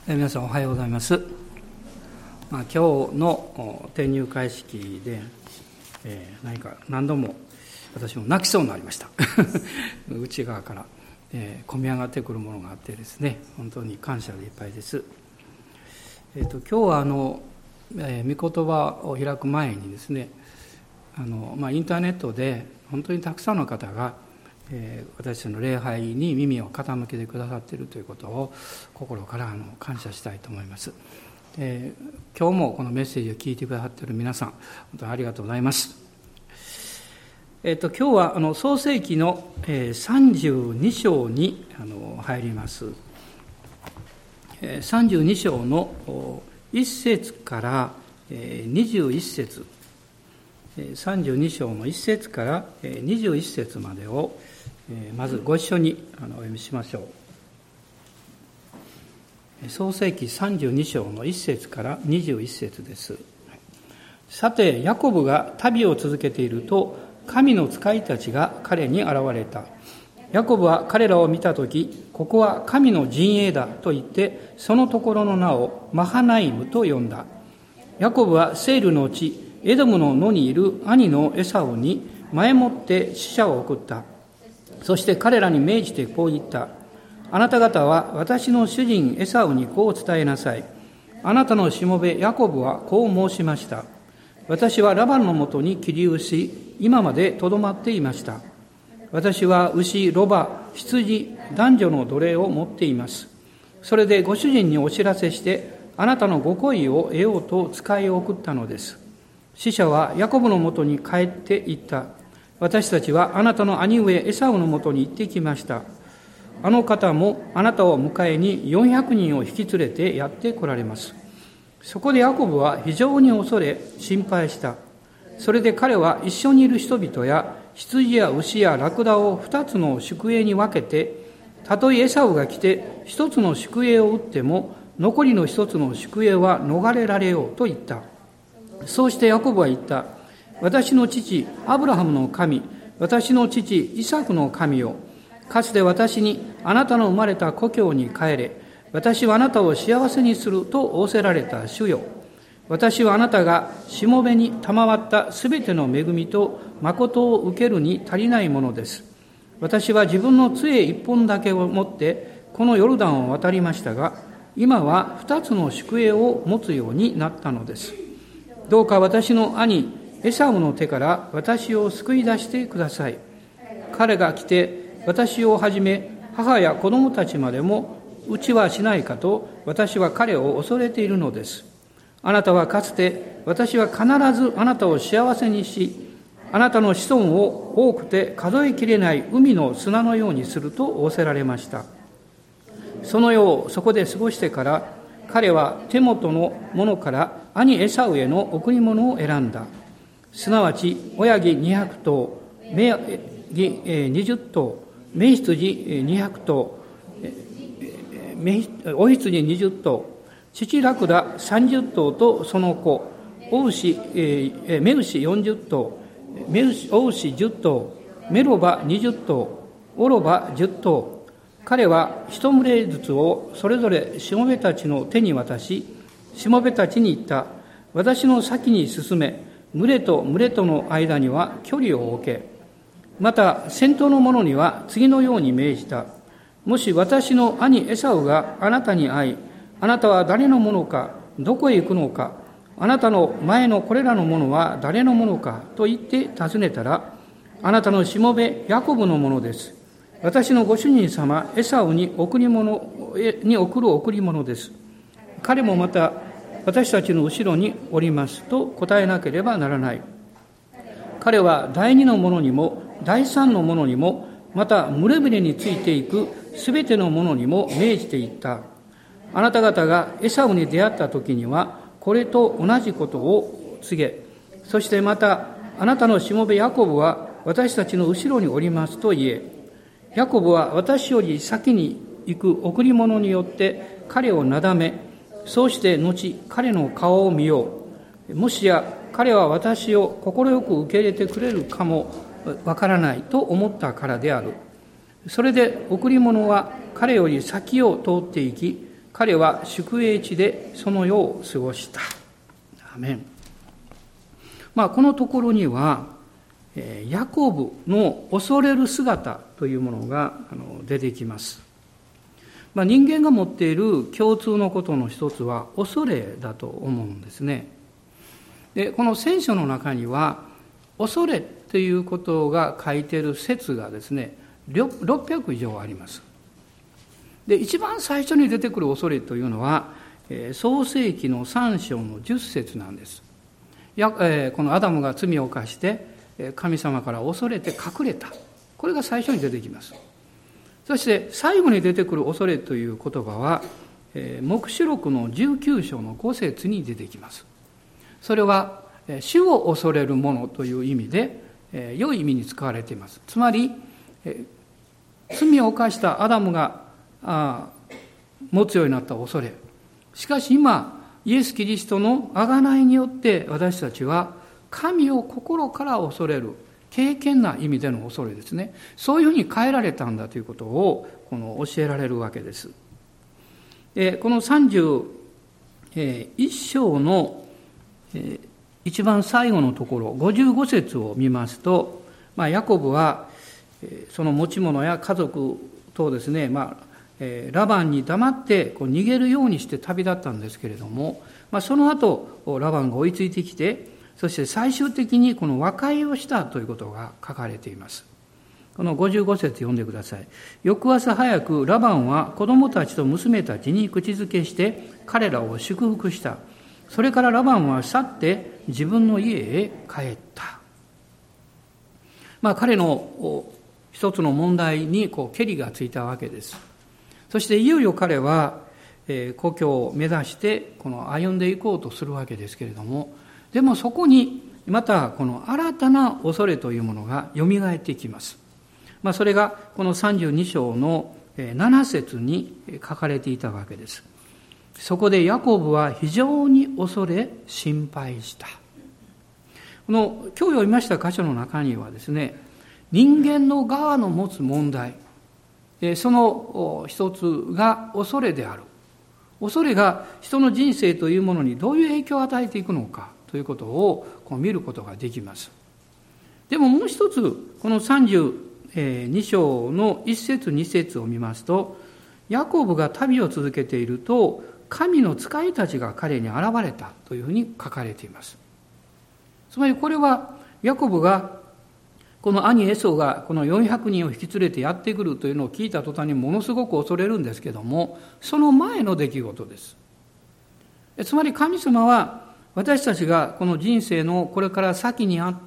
皆さんおはようございます。今日の転入会式で、何度も私も泣きそうになりました内側から、込み上がってくるものがあってですね、本当に感謝でいっぱいです。今日は御言葉を開く前にですね、インターネットで本当にたくさんの方が私たちの礼拝に耳を傾けてくださっているということを心から感謝したいと思います。今日もこのメッセージを聞いてくださっている皆さん、本当にありがとうございます。今日は創世記の32章に入ります。32章の1節から21節、32章の1節から21節までをまずご一緒にお読みしましょう。創世記32章の1節から21節です。さて、ヤコブが旅を続けていると、神の使いたちが彼に現れた。ヤコブは彼らを見たとき、ここは神の陣営だと言って、そのところの名をマハナイムと呼んだ。ヤコブはセールの地、エドムの野にいる兄のエサウに前もって使者を送った。そして彼らに命じてこう言った。あなた方は私の主人エサウにこう伝えなさい。あなたのしもべヤコブはこう申しました。私はラバンのもとに起立し、今までとどまっていました。私は牛、ロバ、羊、男女の奴隷を持っています。それでご主人にお知らせして、あなたのご恋を得ようと使いを送ったのです。使者はヤコブのもとに帰って行った。私たちはあなたの兄上エサウのもとに行ってきました。あの方もあなたを迎えに400人を引き連れてやって来られます。そこでヤコブは非常に恐れ心配した。それで彼は一緒にいる人々や羊や牛やラクダを2つの宿営に分けて、たとえエサウが来て1つの宿営を撃っても残りの1つの宿営は逃れられようと言った。そうしてヤコブは言った。私の父アブラハムの神、私の父イサクの神よ、かつて私にあなたの生まれた故郷に帰れ、私はあなたを幸せにすると仰せられた主よ。私はあなたがしもべに賜ったすべての恵みと誠を受けるに足りないものです。私は自分の杖一本だけを持ってこのヨルダンを渡りましたが、今は二つの宿営を持つようになったのです。どうか私の兄エサウの手から私を救い出してください。彼が来て私をはじめ母や子供たちまでも討ちはしないかと私は彼を恐れているのです。あなたはかつて私は必ずあなたを幸せにし、あなたの子孫を多くて数えきれない海の砂のようにすると仰せられました。その夜をそこで過ごしてから彼は手元のものから兄エサウへの贈り物を選んだ。すなわち親木200頭、雌木20頭、雌羊200頭、お羊20頭、父ラクダ30頭とその子、お牛、雌牛40頭、お牛10頭、メロバ20頭、オロバ10頭。彼は一群れずつをそれぞれしもべたちの手に渡し、しもべたちに言った。私の先に進め、群れと群れとの間には距離を置け。また先頭の者には次のように命じた。もし私の兄エサウがあなたに会い、あなたは誰のものか、どこへ行くのか、あなたの前のこれらのものは誰のものかと言って尋ねたら、あなたのしもべヤコブのものです。私のご主人様エサウに送る贈り物です。彼もまた私たちの後ろにおりますと答えなければならない。彼は第二のものにも第三のものにも、また群れ群れについていくすべてのものにも命じていった。あなた方がエサウに出会った時にはこれと同じことを告げ、そしてまたあなたのしもべヤコブは私たちの後ろにおりますと言え。ヤコブは私より先に行く贈り物によって彼をなだめ、そうして後彼の顔を見よう。もしや彼は私を快く受け入れてくれるかもわからないと思ったからである。それで贈り物は彼より先を通っていき、 彼は宿営地でその世を過ごした。アーメン。このところには、ヤコブの恐れる姿というものが出てきます。人間が持っている共通のことの一つは恐れだと思うんですね。で、この聖書の中には恐れということが書いている説がですね、600以上あります。で、一番最初に出てくる恐れというのは、創世記の3章の10節なんです。このアダムが罪を犯して神様から恐れて隠れた。これが最初に出てきます。そして最後に出てくる恐れという言葉は、黙示録の19章の5節に出てきます。それは主を恐れるものという意味で、良い意味に使われています。つまり、罪を犯したアダムが持つようになった恐れ。しかし今、イエス・キリストの贖いによって私たちは神を心から恐れる敬虔な意味での恐れですね。そういうふうに変えられたんだということを教えられるわけです。この31章の一番最後のところ55節を見ますと、ヤコブはその持ち物や家族とですね、ラバンに黙って逃げるようにして旅立ったんですけれども、その後ラバンが追いついてきて、そして最終的にこの和解をしたということが書かれています。この55節読んでください。翌朝早くラバンは子供たちと娘たちに口づけして彼らを祝福した。それからラバンは去って自分の家へ帰った。彼の一つの問題にケリがついたわけです。そしていよいよ彼は故郷を目指して歩んでいこうとするわけですけれども、でもそこにまたこの新たな恐れというものがよみがえってきます。それがこの32章の7節に書かれていたわけです。そこでヤコブは非常に恐れ心配した。この今日読みました箇所の中にはですね、人間の側の持つ問題、その一つが恐れである。恐れが人の人生というものにどういう影響を与えていくのかということを見ることができます。でももう一つ、この32章の1節2節を見ますと、ヤコブが旅を続けていると、神の使いたちが彼に現れたというふうに書かれています。つまりこれはヤコブがこの兄エソがこの400人を引き連れてやってくるというのを聞いた途端にものすごく恐れるんですけども、その前の出来事です。つまり神様は私たちがこの人生のこれから先にあって、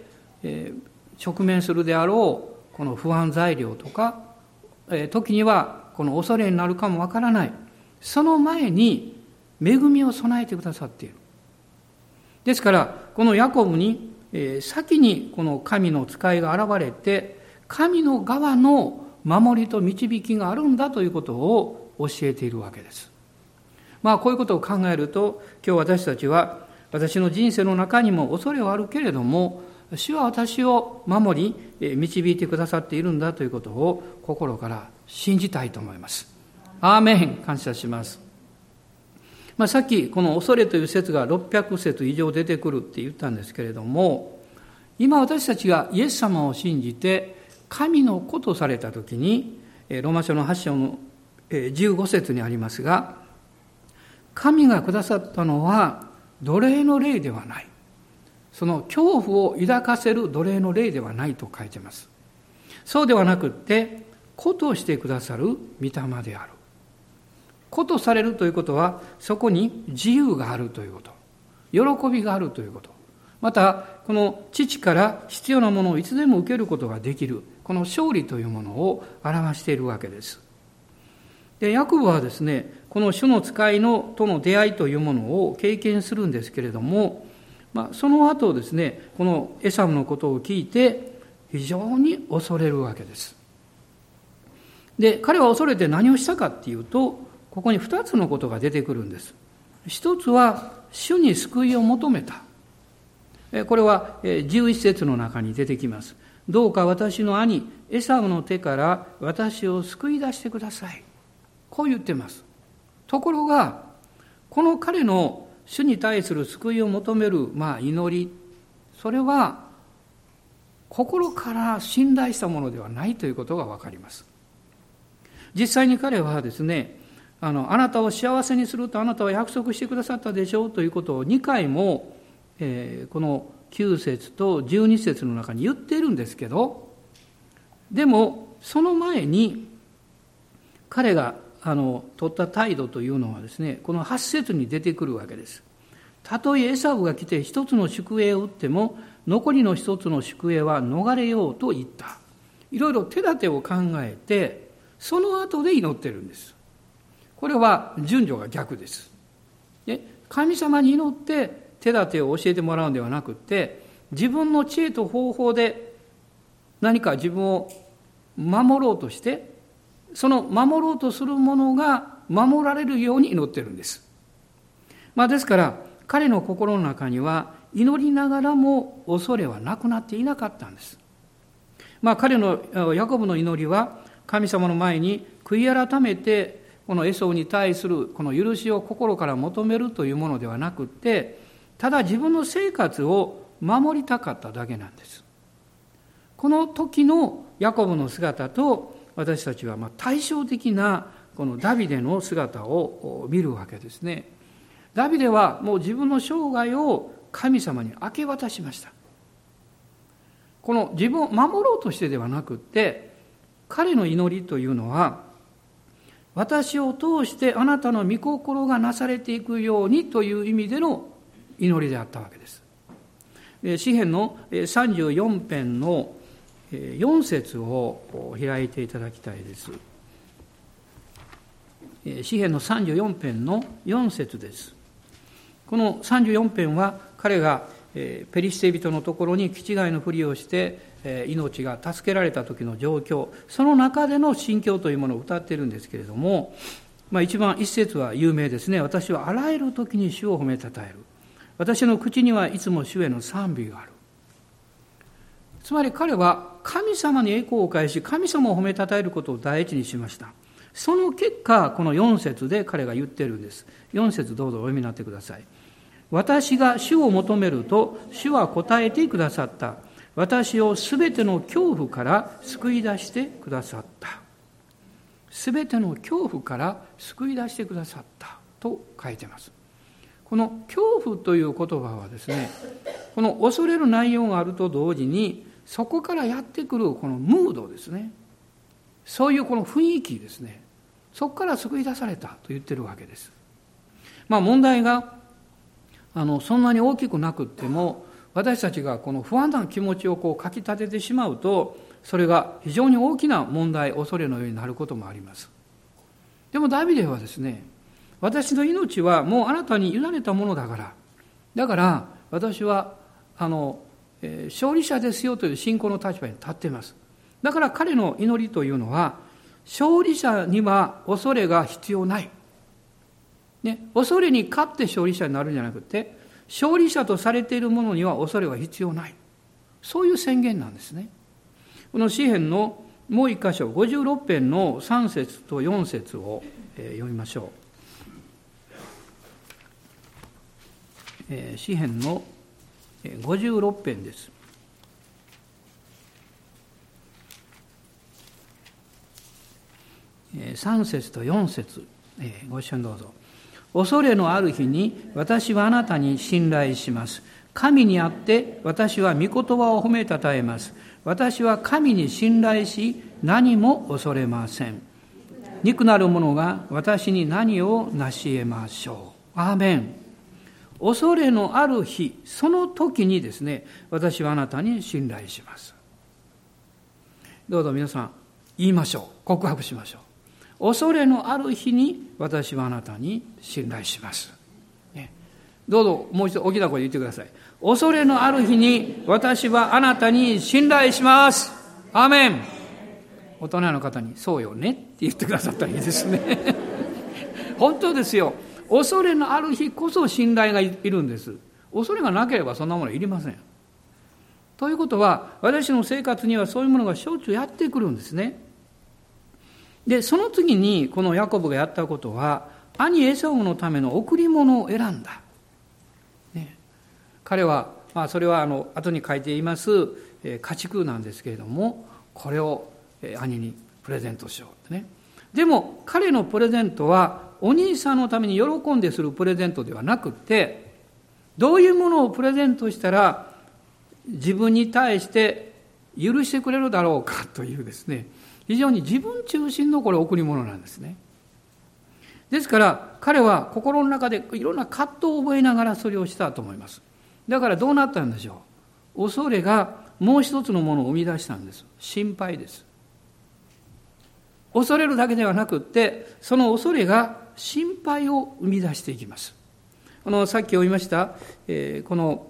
直面するであろうこの不安材料とか、時にはこの恐れになるかもわからない、その前に恵みを備えてくださっている。ですからこのヤコブに先にこの神の使いが現れて、神の側の守りと導きがあるんだということを教えているわけです。こういうことを考えると、今日私たちは私の人生の中にも恐れはあるけれども、主は私を守り導いてくださっているんだということを心から信じたいと思います。アーメン。感謝します。さっきこの恐れという説が600節以上出てくるって言ったんですけれども、今私たちがイエス様を信じて神の子とされたときに、ローマ書の8章の15節にありますが、神がくださったのは奴隷の霊ではない、その恐怖を抱かせる奴隷の霊ではないと書いています。そうではなくって、子としてくださる御霊である。子とされるということは、そこに自由があるということ、喜びがあるということ、またこの父から必要なものをいつでも受けることができる、この勝利というものを表しているわけです。で、ヤコブはですね、この主の使いとの出会いというものを経験するんですけれども、その後ですね、このエサウのことを聞いて非常に恐れるわけです。で、彼は恐れて何をしたかっていうと、ここに2つのことが出てくるんです。一つは主に救いを求めた。これは11節の中に出てきます。どうか私の兄エサウの手から私を救い出してください。こう言ってます。 ところが、この彼の主に対する救いを求める、祈り、それは心から信頼したものではないということがわかります。実際に彼はですね、あなたを幸せにするとあなたは約束してくださったでしょうということを2回も、この9節と12節の中に言っているんですけど、でもその前に彼が取った態度というのはですね、この8節に出てくるわけです。たとえエサウが来て一つの宿営を打っても残りの一つの宿営は逃れようと言った。いろいろ手立てを考えてその後で祈ってるんです。これは順序が逆です。神様に祈って手立てを教えてもらうんではなくて、自分の知恵と方法で何か自分を守ろうとして、その守ろうとするものが守られるように祈ってるんです。ですから彼の心の中には祈りながらも恐れはなくなっていなかったんです。彼のヤコブの祈りは神様の前に悔い改めてこのエソウに対するこの許しを心から求めるというものではなくて、ただ自分の生活を守りたかっただけなんです。この時のヤコブの姿と私たちは対照的なこのダビデの姿を見るわけですね。ダビデはもう自分の生涯を神様に明け渡しました。この自分を守ろうとしてではなくって、彼の祈りというのは、私を通してあなたの御心がなされていくようにという意味での祈りであったわけです。詩編の34編の4節を開いていただきたいです。詩編の34編の4節です。この34編は彼がペリシテ人のところに気違いのふりをして命が助けられた時の状況、その中での心境というものを歌っているんですけれども、一番一節は有名ですね。私はあらゆる時に主を褒めたたえる。私の口にはいつも主への賛美がある。つまり彼は神様に栄光を返し、神様を褒めたたえることを第一にしました。その結果、この4節で彼が言ってるんです。4節どうぞお読みになってください。私が主を求めると、主は答えてくださった。私をすべての恐怖から救い出してくださった。すべての恐怖から救い出してくださったと書いてます。この恐怖という言葉はですね、この恐れる内容があると同時に、そこからやってくるこのムードですね。そういうこの雰囲気ですね。そこから救い出されたと言ってるわけです。問題がそんなに大きくなくっても、私たちがこの不安な気持ちをかき立ててしまうと、それが非常に大きな問題、恐れのようになることもあります。でもダビデはですね、私の命はもうあなたに委ねたものだから私は勝利者ですよという信仰の立場に立っています。だから彼の祈りというのは、勝利者には恐れが必要ない。恐れに勝って勝利者になるんじゃなくて、勝利者とされているものには恐れは必要ない。そういう宣言なんですね。この詩編のもう一箇所、56編の3節と4節を読みましょう。詩編の56編です。3節と4節、ご一緒にどうぞ。恐れのある日に私はあなたに信頼します。神にあって私は御言葉を褒めたたえます。私は神に信頼し何も恐れません。肉なる者が私に何を成し得ましょう。アーメン。恐れのある日、その時にですね、私はあなたに信頼します。どうぞ皆さん言いましょう。告白しましょう。恐れのある日に私はあなたに信頼します。どうぞもう一度大きな声で言ってください。恐れのある日に私はあなたに信頼します。アーメン。大人の方にそうよねって言ってくださったらいいですね。本当ですよ。恐れのある日こそ信頼がいるんです。恐れがなければそんなものいりません。ということは、私の生活にはそういうものがしょっちゅうやってくるんですね。で、その次にこのヤコブがやったことは、 兄エサウのための贈り物を選んだ。ね、彼は、それは後に書いています家畜なんですけれども、これを兄にプレゼントしようってね。でも彼のプレゼントはお兄さんのために喜んでするプレゼントではなくて、どういうものをプレゼントしたら自分に対して許してくれるだろうかというですね、非常に自分中心のこれ贈り物なんですね。ですから彼は心の中でいろんな葛藤を覚えながらそれをしたと思います。だからどうなったんでしょう。恐れがもう一つのものを生み出したんです。心配です。恐れるだけではなくって、その恐れが心配を生み出していきます。さっき読みました、この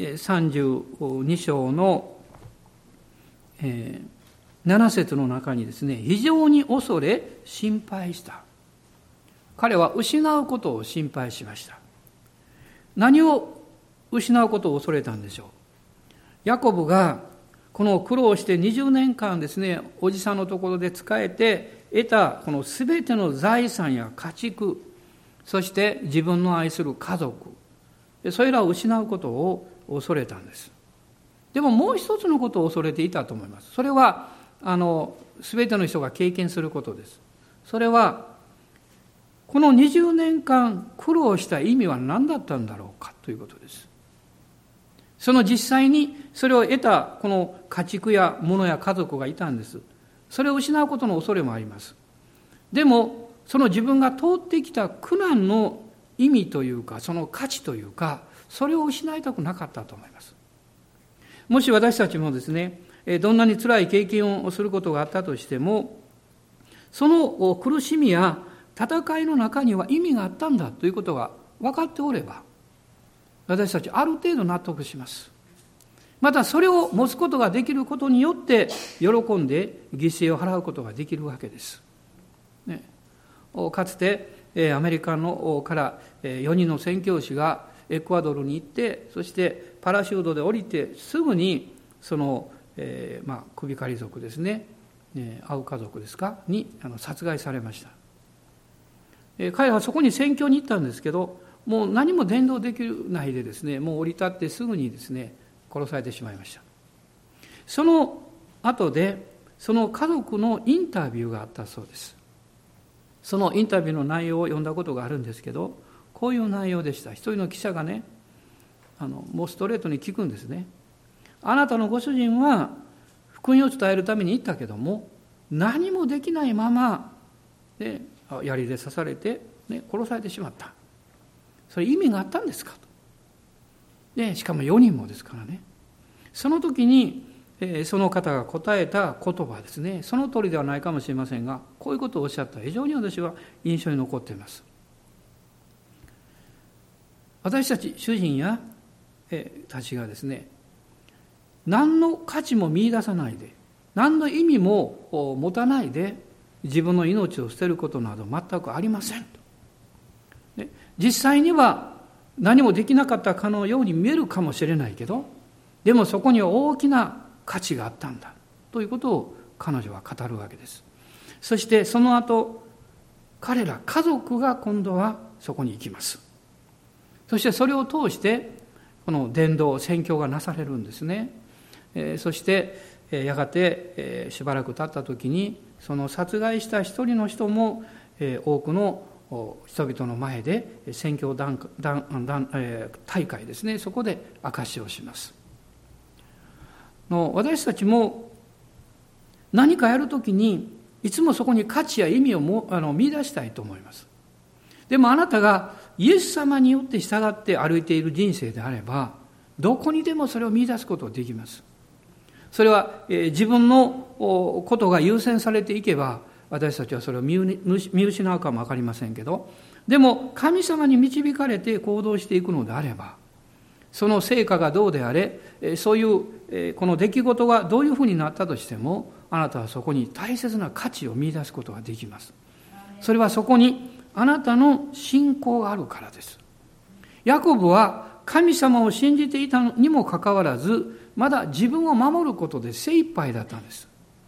32章の、7節の中にですね、非常に恐れ心配した。彼は失うことを心配しました。何を失うことを恐れたんでしょう。ヤコブがこの苦労して20年間ですね、おじさんのところで仕えて得たこのすべての財産や家畜、そして自分の愛する家族、それらを失うことを恐れたんです。でももう一つのことを恐れていたと思います。それはすべての人が経験することです。それはこの20年間苦労した意味は何だったんだろうかということです。その実際にそれを得たこの家畜や物や家族がいたんです。それを失うことの恐れもあります。でもその自分が通ってきた苦難の意味というか、その価値というか、それを失いたくなかったと思います。もし私たちもですね、どんなに辛い経験をすることがあったとしても、その苦しみや戦いの中には意味があったんだということが分かっておれば、私たちある程度納得します。またそれを持つことができることによって喜んで犠牲を払うことができるわけです、ね、かつてアメリカから4人の宣教師がエクアドルに行って、そしてパラシュートで降りてすぐにその、首狩り族ですね、アウカ族ですかに殺害されました。彼はそこに宣教に行ったんですけど、もう何も伝道できないでですね、もう降り立ってすぐにですね殺されてしまいました。その後でその家族のインタビューがあったそうです。そのインタビューの内容を読んだことがあるんですけど、こういう内容でした。一人の記者がね、もうストレートに聞くんですね。あなたのご主人は福音を伝えるために行ったけども、何もできないまま、ね、槍で刺されて、ね、殺されてしまった。それ意味があったんですかと。でしかも4人もですからね。その時に、その方が答えた言葉ですね、その通りではないかもしれませんが、こういうことをおっしゃった。非常に私は印象に残っています。私たち主人やたちがですね、何の価値も見出さないで、何の意味も持たないで自分の命を捨てることなど全くありませんと。実際には何もできなかったかのように見えるかもしれないけど、でもそこには大きな価値があったんだということを彼女は語るわけです。そしてその後、彼ら家族が今度はそこに行きます。そしてそれを通してこの伝道宣教がなされるんですね。そしてやがてしばらく経った時に、その殺害した一人の人も多くの人々の前で宣教大会ですね、そこで証しをします。私たちも何かやるときにいつもそこに価値や意味を見出したいと思います。でもあなたがイエス様によって従って歩いている人生であれば、どこにでもそれを見出すことができます。それは自分のことが優先されていけば、私たちはそれを見失うかもわかりませんけど、でも神様に導かれて行動していくのであれば、その成果がどうであれ、そういうこの出来事がどういうふうになったとしても、あなたはそこに大切な価値を見出すことができます。それはそこにあなたの信仰があるからです。ヤコブは神様を信じていたにもかかわらず、まだ自分を守ることで精一杯だったんです。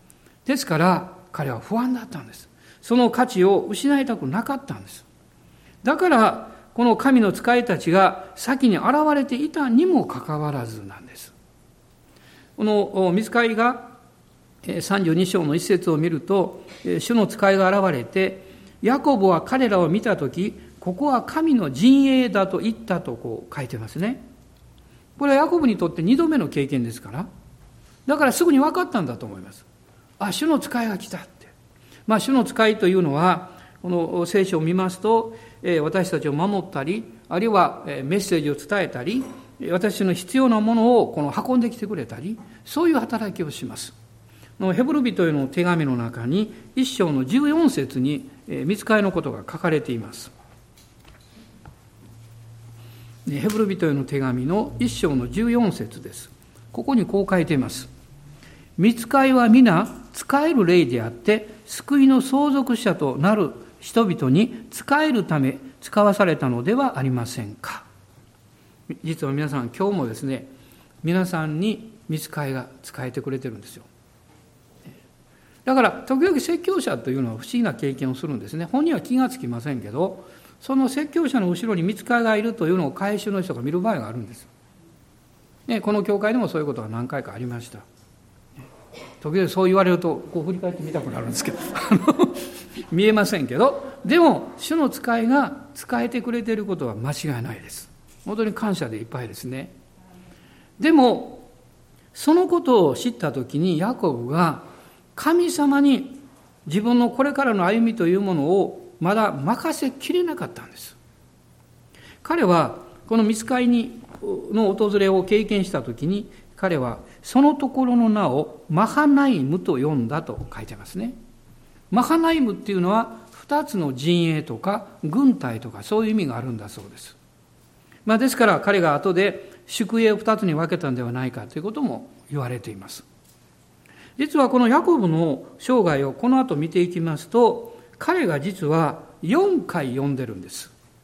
ですから彼は不安だったんです。その価値を失いたくなかったんです。 だからこの神の使いたちが先に現れていたにもかかわらずなんです。この御使いが32章の一節を見ると、主の使いが現れて、ヤコブは彼らを見たとき、ここは神の陣営だと言ったとこう書いてますね。これはヤコブにとって2度目の経験ですから、だからすぐに分かったんだと思います。あ、主の使いが来たって。主の使いというのは、この聖書を見ますと、私たちを守ったり、あるいはメッセージを伝えたり、私の必要なものを運んできてくれたり、そういう働きをします。ヘブル人への手紙の中に、1章の14節に御使いのことが書かれています。ヘブル人への手紙の1章の14節です。ここにこう書いています。御使いは皆使える霊であって、救いの相続者となる人々に使えるため使わされたのではありませんか。実は皆さん、今日もですね、皆さんに御使いが使えてくれてるんですよ。だから時々説教者というのは不思議な経験をするんですね。本人は気がつきませんけど、その説教者の後ろに御使いがいるというのを改宗の人が見る場合があるんです。この教会でもそういうことが何回かありました。時々そう言われるとこう振り返ってみたくなるんですけど見えませんけど、でも主の使いが使えてくれていることは間違いないです。本当に感謝でいっぱいですね。でもそのことを知ったときに、ヤコブが神様に自分のこれからの歩みというものをまだ任せきれなかったんです。彼はこの御使いの訪れを経験したときに、彼はそのところの名をマハナイムと呼んだと書いてますね。マハナイムっていうのは2つの陣営とか軍隊とかそういう意味があるんだそうです。ですから彼が後で宿営を2つに分けたんではないかということも言われています。実はこのヤコブの生涯をこの後見ていきますと、彼が実は4回呼んでるんです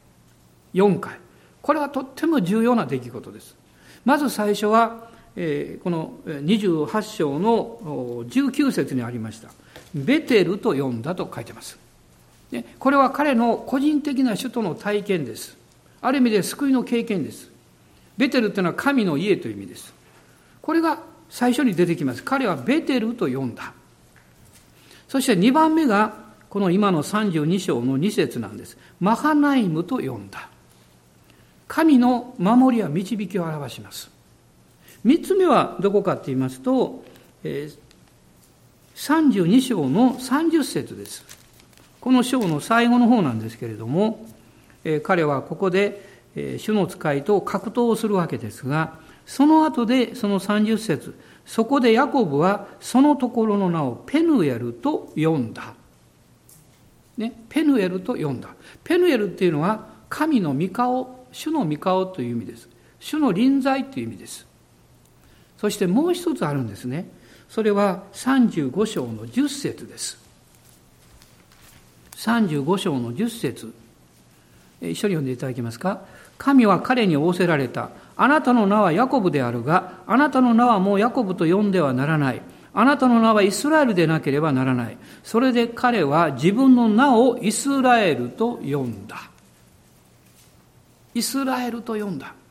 。4回。これはとっても重要な出来事です。まず最初は、この28章の19節にありました。ベテルと呼んだと書いてます。これは彼の個人的な主との体験です。ある意味で救いの経験です。ベテルというのは神の家という意味です。これが最初に出てきます。彼はベテルと呼んだ。そして2番目がこの今の32章の2節なんです。マハナイムと呼んだ。神の守りや導きを表します。3つ目はどこかと言いますと、32章の30節です。この章の最後の方なんですけれども、彼はここで主の使いと格闘をするわけですが、その後でその30節、そこでヤコブはそのところの名をペヌエルと呼んだ。ペヌエルと呼んだ。ペヌエルっていうのは神の御顔、主の御顔という意味です。主の臨在という意味です。そしてもう一つあるんですね。それは35章の10節です。35章の10節。一緒に読んでいただけますか。神は彼に仰せられた。あなたの名はヤコブであるが、あなたの名はもうヤコブと呼んではならない。あなたの名はイスラエルでなければならない。それで彼は自分の名をイスラエルと呼んだ。イスラエルと呼んだ。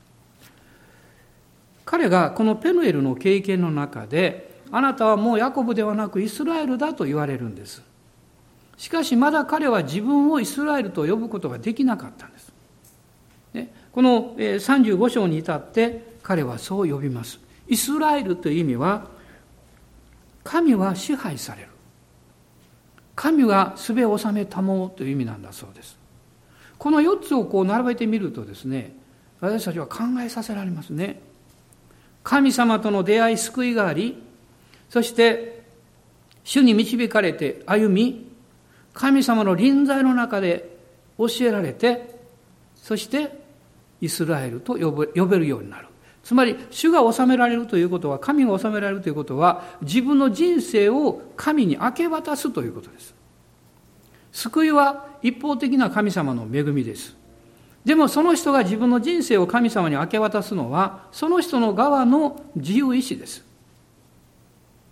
彼がこのペヌエルの経験の中で、あなたはもうヤコブではなくイスラエルだと言われるんです。しかしまだ彼は自分をイスラエルと呼ぶことができなかったんです。この35章に至って彼はそう呼びます。イスラエルという意味は、神は支配される。神はすべを治めたもうという意味なんだそうです。この4つをこう並べてみるとですね、私たちは考えさせられますね。神様との出会い、救いがあり、そして主に導かれて歩み、神様の臨在の中で教えられて、そしてイスラエルと呼べるようになる。つまり主が治められるということは、神が治められるということは、自分の人生を神に明け渡すということです。救いは一方的な神様の恵みです。でもその人が自分の人生を神様に明け渡すのは、その人の側の自由意志です。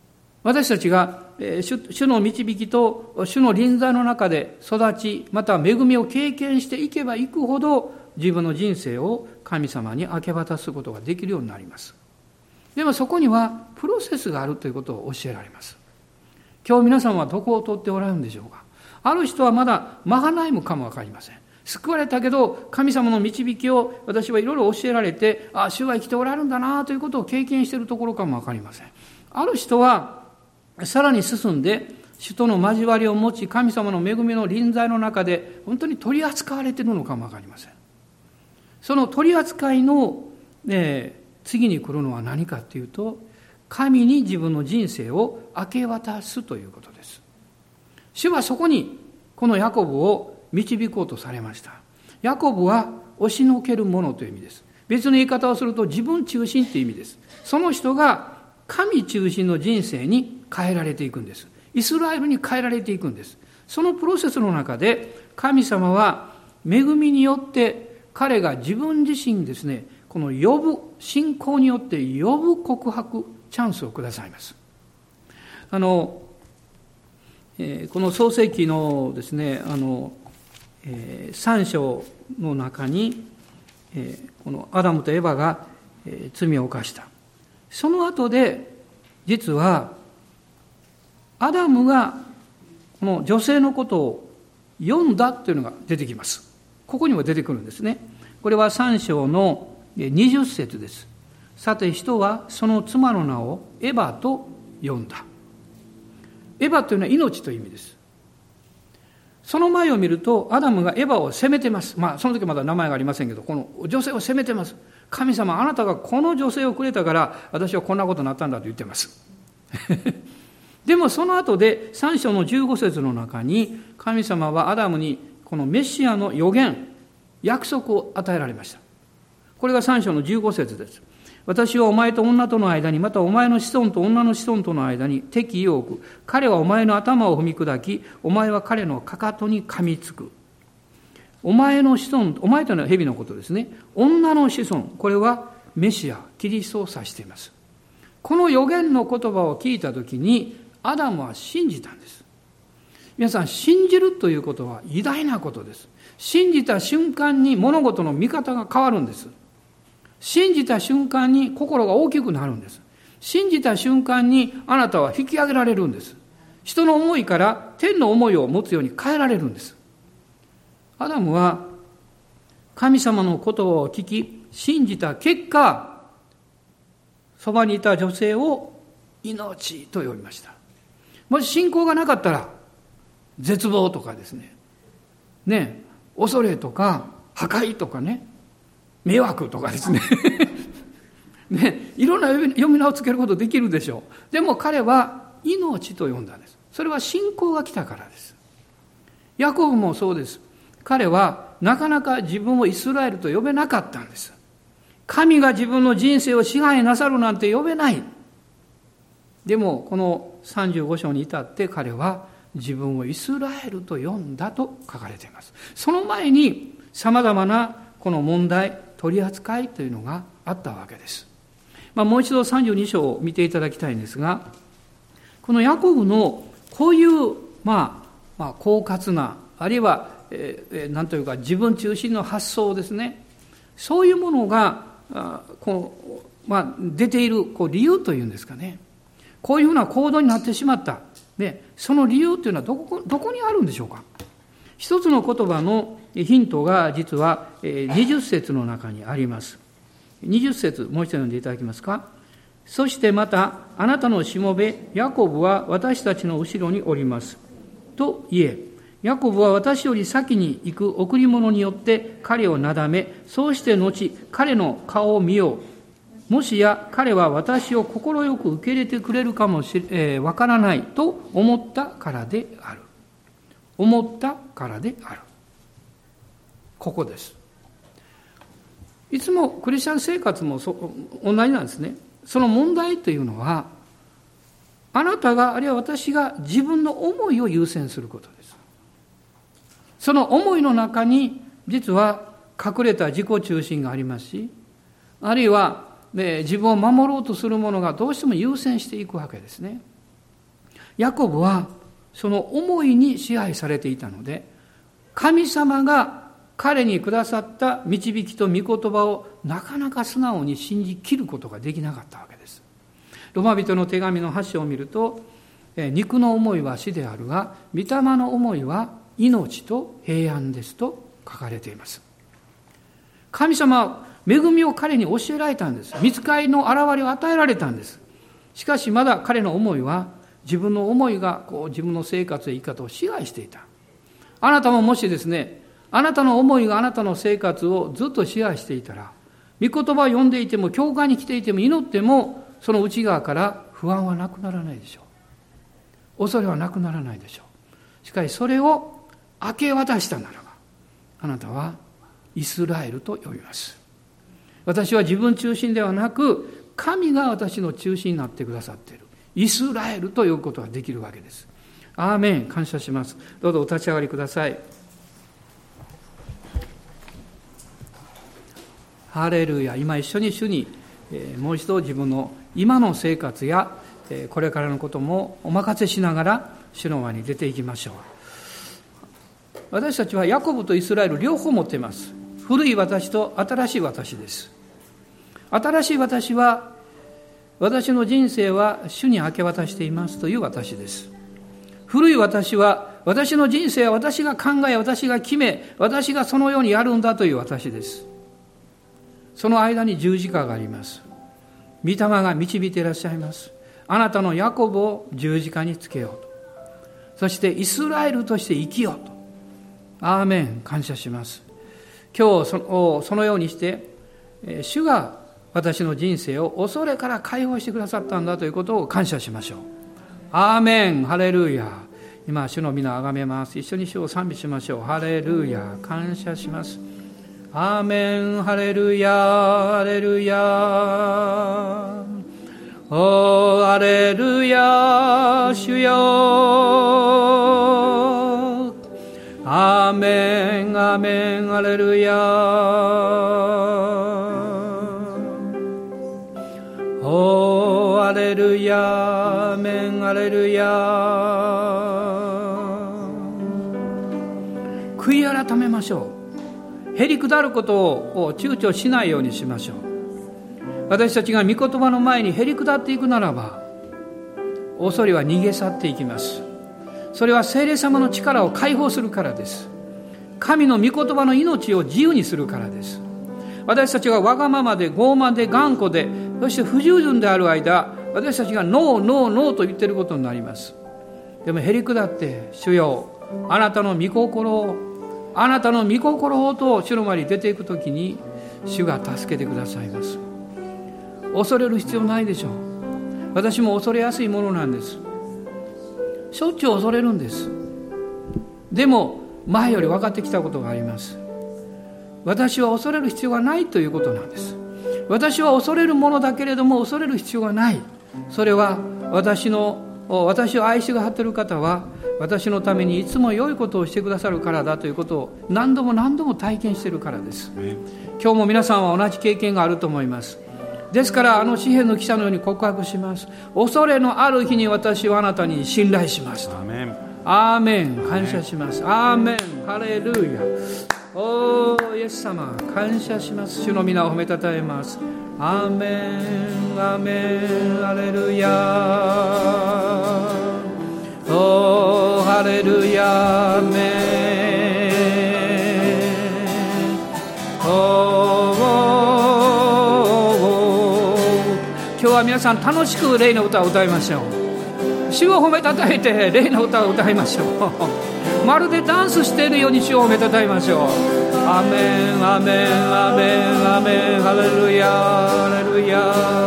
私たちが主の導きと主の臨在の中で育ち、また恵みを経験していけばいくほど、自分の人生を神様に明け渡すことができるようになります。でもそこにはプロセスがあるということを教えられます。今日皆さんはどこを通っておられるんでしょうか。ある人はまだマハナイムかもわかりません。救われたけど神様の導きを私はいろいろ教えられて、主は生きておられるんだなということを経験しているところかもわかりません。ある人はさらに進んで主との交わりを持ち、神様の恵みの臨在の中で本当に取り扱われているのかもわかりません。その取り扱いの、次に来るのは何かというと、神に自分の人生を明け渡すということです。主はそこにこのヤコブを導こうとされました。ヤコブは押しのけるものという意味です。別の言い方をすると自分中心という意味です。その人が神中心の人生に変えられていくんです。イスラエルに変えられていくんです。そのプロセスの中で神様は恵みによって彼が自分自身ですね、この呼ぶ、信仰によって呼ぶ告白、チャンスをくださいます。この創世記のですね、3章の中に、このアダムとエバが罪を犯した。その後で、実は、アダムがこの女性のことを読んだというのが出てきます。ここにも出てくるんですね。これは3章の20節です。さて人はその妻の名をエバと呼んだ。エバというのは命という意味です。その前を見るとアダムがエバを責めてます。その時まだ名前がありませんけど、この女性を責めてます。神様、あなたがこの女性をくれたから私はこんなことになったんだと言ってますでもその後で3章の15節の中に神様はアダムにこのメシアの予言、約束を与えられました。これが3章の15節です。私はお前と女との間に、またお前の子孫と女の子孫との間に敵意を置く。彼はお前の頭を踏み砕き、お前は彼のかかとに噛みつく。お前の子孫、お前というのは蛇のことですね。女の子孫、これはメシア、キリストを指しています。この予言の言葉を聞いたときに、アダムは信じたんです。皆さん、信じるということは偉大なことです。信じた瞬間に物事の見方が変わるんです。信じた瞬間に心が大きくなるんです。信じた瞬間にあなたは引き上げられるんです。人の思いから天の思いを持つように変えられるんです。アダムは神様の言葉を聞き、信じた結果、そばにいた女性を命と呼びました。もし信仰がなかったら、絶望とかですね、恐れとか破壊とかね、迷惑とかですねいろんな呼び名をつけることできるでしょう。でも彼は命と呼んだんです。それは信仰が来たからです。ヤコブもそうです。彼はなかなか自分をイスラエルと呼べなかったんです。神が自分の人生を支配なさるなんて呼べない。でもこの35章に至って彼は自分をイスラエルと呼んだと書かれています。その前に様々なこの問題、取り扱いというのがあったわけです。もう一度32章を見ていただきたいんですが、このヤコブのこういう狡猾な、あるいは何というか自分中心の発想ですね、そういうものが出ている理由というんですかね、こういうふうな行動になってしまった、その理由というのはどこにあるんでしょうか。一つの言葉のヒントが実は20節の中にあります。20節、もう一度読んでいただけますか。そしてまたあなたのしもべヤコブは私たちの後ろにおりますと言え、ヤコブは私より先に行く贈り物によって彼をなだめ、そうして後彼の顔を見よう。もしや彼は私を快く受け入れてくれるかもわからないと思ったからである。思ったからである。ここです。いつもクリスチャン生活も同じなんですね。その問題というのは、あなたがあるいは私が自分の思いを優先することです。その思いの中に実は隠れた自己中心がありますし、あるいは自分を守ろうとするものがどうしても優先していくわけですね。 ヤコブはその思いに支配されていたので、神様が彼にくださった導きと御言葉をなかなか素直に信じきることができなかったわけです。ロマ人の手紙の8章を見ると、肉の思いは死であるが、御霊の思いは命と平安ですと書かれています。神様は恵みを彼に教えられたんです。御使いの現れを与えられたんです。しかしまだ彼の思いは、自分の思いが自分の生活や生き方を支配していた。あなたももしですね、あなたの思いがあなたの生活をずっと支配していたら、御言葉を読んでいても、教会に来ていても、祈っても、その内側から不安はなくならないでしょう。恐れはなくならないでしょう。しかしそれを明け渡したならば、あなたはイスラエルと呼びます。私は自分中心ではなく、神が私の中心になってくださっている。イスラエルと呼ぶことができるわけです。アーメン。感謝します。どうぞお立ち上がりください。ハレルヤ。今一緒に主にもう一度自分の今の生活やこれからのこともお任せしながら主の前に出ていきましょう。私たちはヤコブとイスラエル両方持っています。古い私と新しい私です。新しい私は、私の人生は主に明け渡していますという私です。古い私は、私の人生は私が考え、私が決め、私がそのようにやるんだという私です。その間に十字架があります。御霊が導いていらっしゃいます。あなたのヤコブを十字架につけようと。そしてイスラエルとして生きようと。アーメン。感謝します。今日そのようにして、主が私の人生を恐れから解放してくださったんだということを感謝しましょう。アーメン。ハレルヤ。今主の皆をあがめます。一緒に主を賛美しましょう。ハレルヤ。感謝します。アーメン。ハレルヤ。ハレルヤ。おー、ハレルヤ。主よ。アーメン。アーメン。ハレルヤ。おー、ハレルヤ。アーメン。ハレルヤ。悔い改めましょう。へりくだることを躊躇しないようにしましょう。私たちが御言葉の前にへりくだっていくならば、恐れは逃げ去っていきます。それは聖霊様の力を解放するからです。神の御言葉の命を自由にするからです。私たちがわがままで傲慢で頑固で、そして不従順である間、私たちがノーノーノーと言っていることになります。でもへりくだって、主よ、あなたの御心をと主の前に出ていくときに、主が助けてくださいます。恐れる必要ないでしょう。私も恐れやすいものなんです。しょっちゅう恐れるんです。でも前より分かってきたことがあります。私は恐れる必要がないということなんです。私は恐れるものだけれども恐れる必要がない。それは私を愛しがっている方は私のためにいつも良いことをしてくださるからだということを何度も体験しているからです。今日も皆さんは同じ経験があると思います。ですから詩篇の記者のように告白します。恐れのある日に私はあなたに信頼しますと。アーメン。アーメン。感謝します。アーメン。ハレルヤ。おー、イエス様感謝します。主の皆を褒めたたえます。アーメン。アーメン。ハレルヤ。おー、ハレルヤ。アーメン。おー、今日は皆さん楽しく霊の歌を歌いましょう。主を褒めたたえて霊の歌を歌いましょう。まるでダンスしているように主を褒めたたえましょう。アーメン。アーメン。アーメン。アーメン。ハレルヤ。ハレルヤ。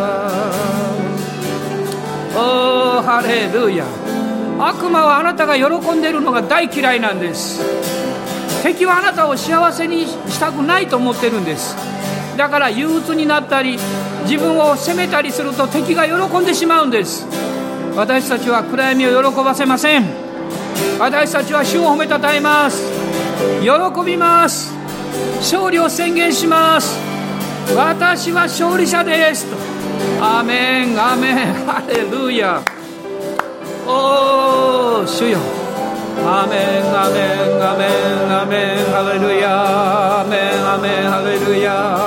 おー、ハレルヤ。悪魔はあなたが喜んでいるのが大嫌いなんです。敵はあなたを幸せにしたくないと思っているんです。だから憂鬱になったり自分を責めたりすると敵が喜んでしまうんです。私たちは暗闇を喜ばせません。私たちは主を褒めたたえます。喜びます。勝利を宣言します。私は勝利者ですと。アーメン。アーメン。ハレルヤ。 おー主よ、アメンアメンアメンアメンハレルヤ、アメンアメンハレルヤ。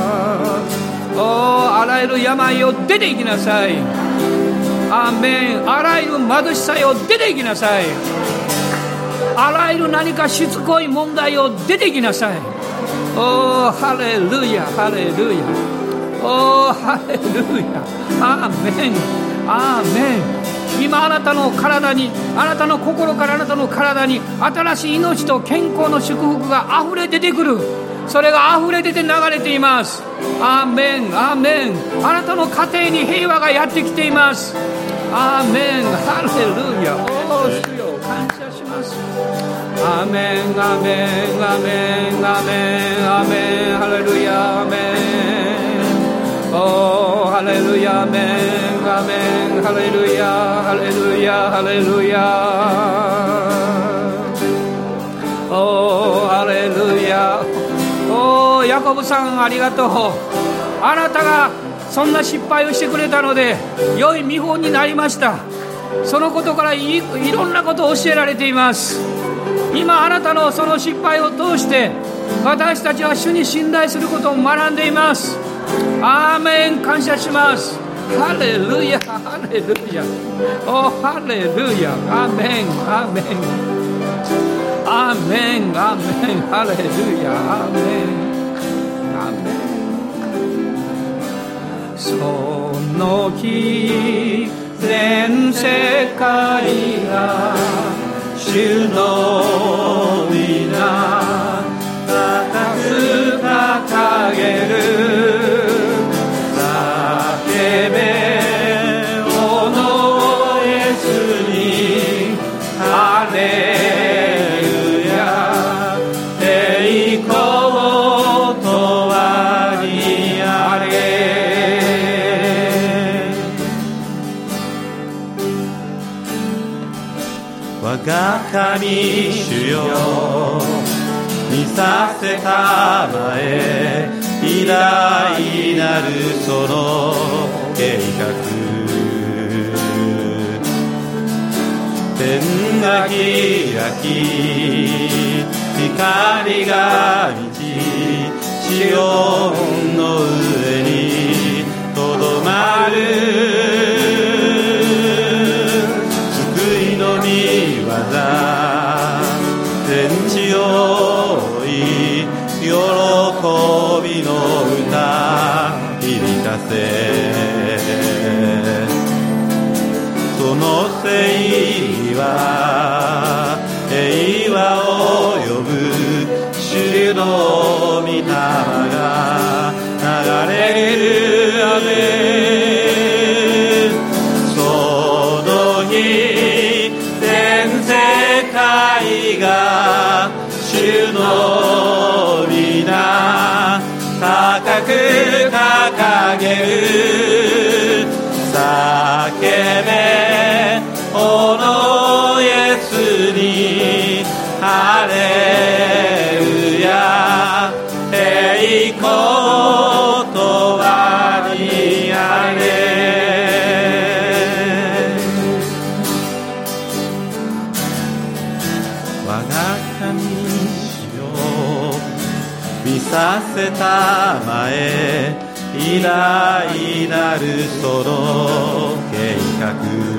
おー、あらゆる病を出ていきなさい。アーメン。あらゆる貧しさよ出ていきなさい。あらゆる何かしつこい問題を出ていきなさい。おーハレルヤハレルヤ、おーハレルヤ、アーメンアーメン。今あなたの体に、あなたの心からあなたの体に新しい命と健康の祝福があふれ出てくる。それがあふれ出て流れています。アーメンアーメン。あなたの家庭に平和がやってきています。アーメンハレルヤ。おー主よ、感謝します。アーメンアーメンアーメンアーメンアーメンハレルヤアーメン。おーハレルヤアーメンアーメンハレルヤハレルヤハレルヤ。おーハレルヤ。おーヤコブさんありがとう。あなたがそんな失敗をしてくれたので良い見本になりました。そのことからいろんなことを教えられています。今あなたのその失敗を通して私たちは主に信頼することを学んでいます。アーメン。感謝します。ハレルヤハレルヤ、おハレルヤ、アーメンアーメンアーメンアーメンハレルヤアーメンアーメン。その日全世界が主の皆高く掲げる。叫べおのイエスにハレルヤ、栄光とはにあれ。我が神主よ、見させたまえ、偉大なるその計画。天が開き光が満ち、シオンの上にとどまる。救いの御業、天地を覆い、喜びの歌響かせ。その聖は平和を呼ぶ。主の御霊が流れる。アメン。その日全世界が主の皆高く掲げる。叫べおのイエスにハレルヤ、栄光とはにあれ。我が神主よ、見させたまえ、偉大なるその計画。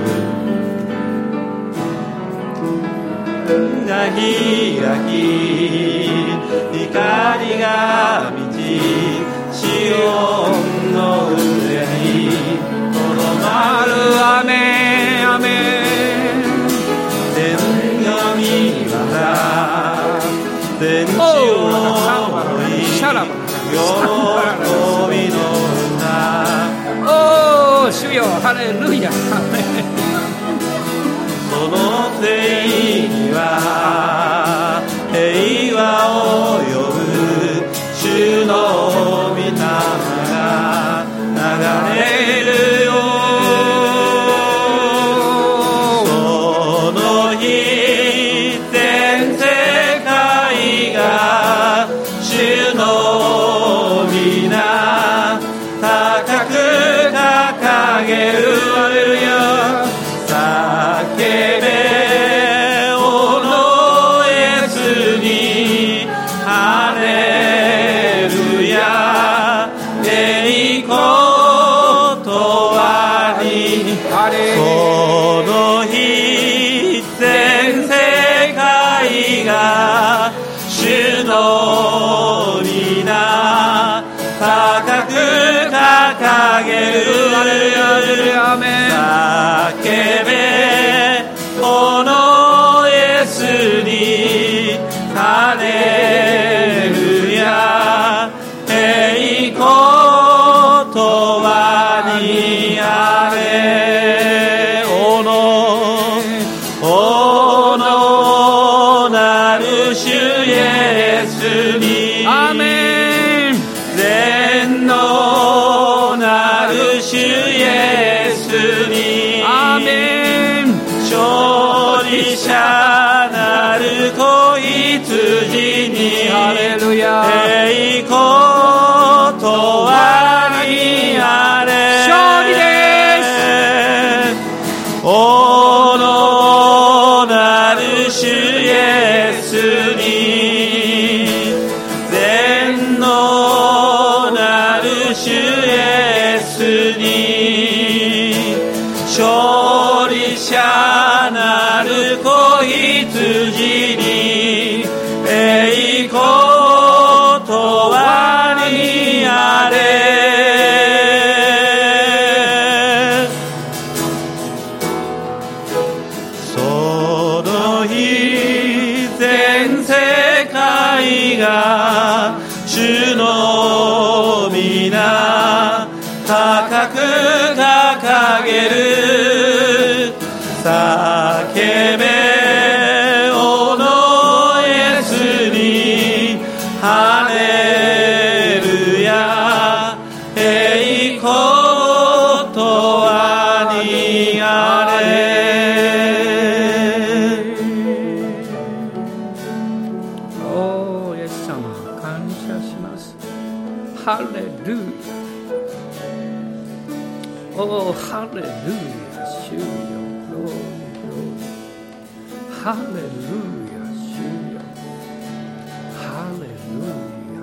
が開き光が満ち、シオンの上にとどまる。アメンアメン。天が御業、天地を覆い、喜びの歌。おー主よハレルヤ。その聖は平和を呼ぶ。主の御霊が流れるよ。その日全世界が主の皆高く掲げる。ハレルヤ。叫栄光とはにその日全世界が主の皆高く掲げる叫べこのイエスにハレルヤ栄光とはにあれおのなる主イエスにアーメン全能なる主イエスにアーメン勝利者なる子羊にハレルヤ栄光とはにあれ勝利ですおのなる主イエスに全能なる主イエスに勝利者なる子羊に栄光とはにあれその日全世界が主の皆高く掲げる叫べおのイエスにハレルヤ栄光とはにあれおーイエス様感謝しますハレルヤおーハレルヤ主よハレルヤ主よハレルヤ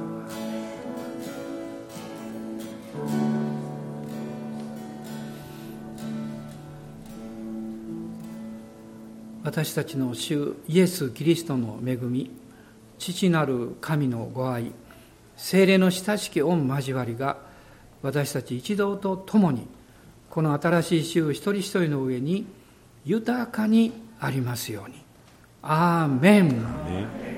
私たちの主イエス・キリストの恵み父なる神のご愛聖霊の親しき御交わりが私たち一同と共にこの新しい週一人一人の上に豊かにありますように。アーメン。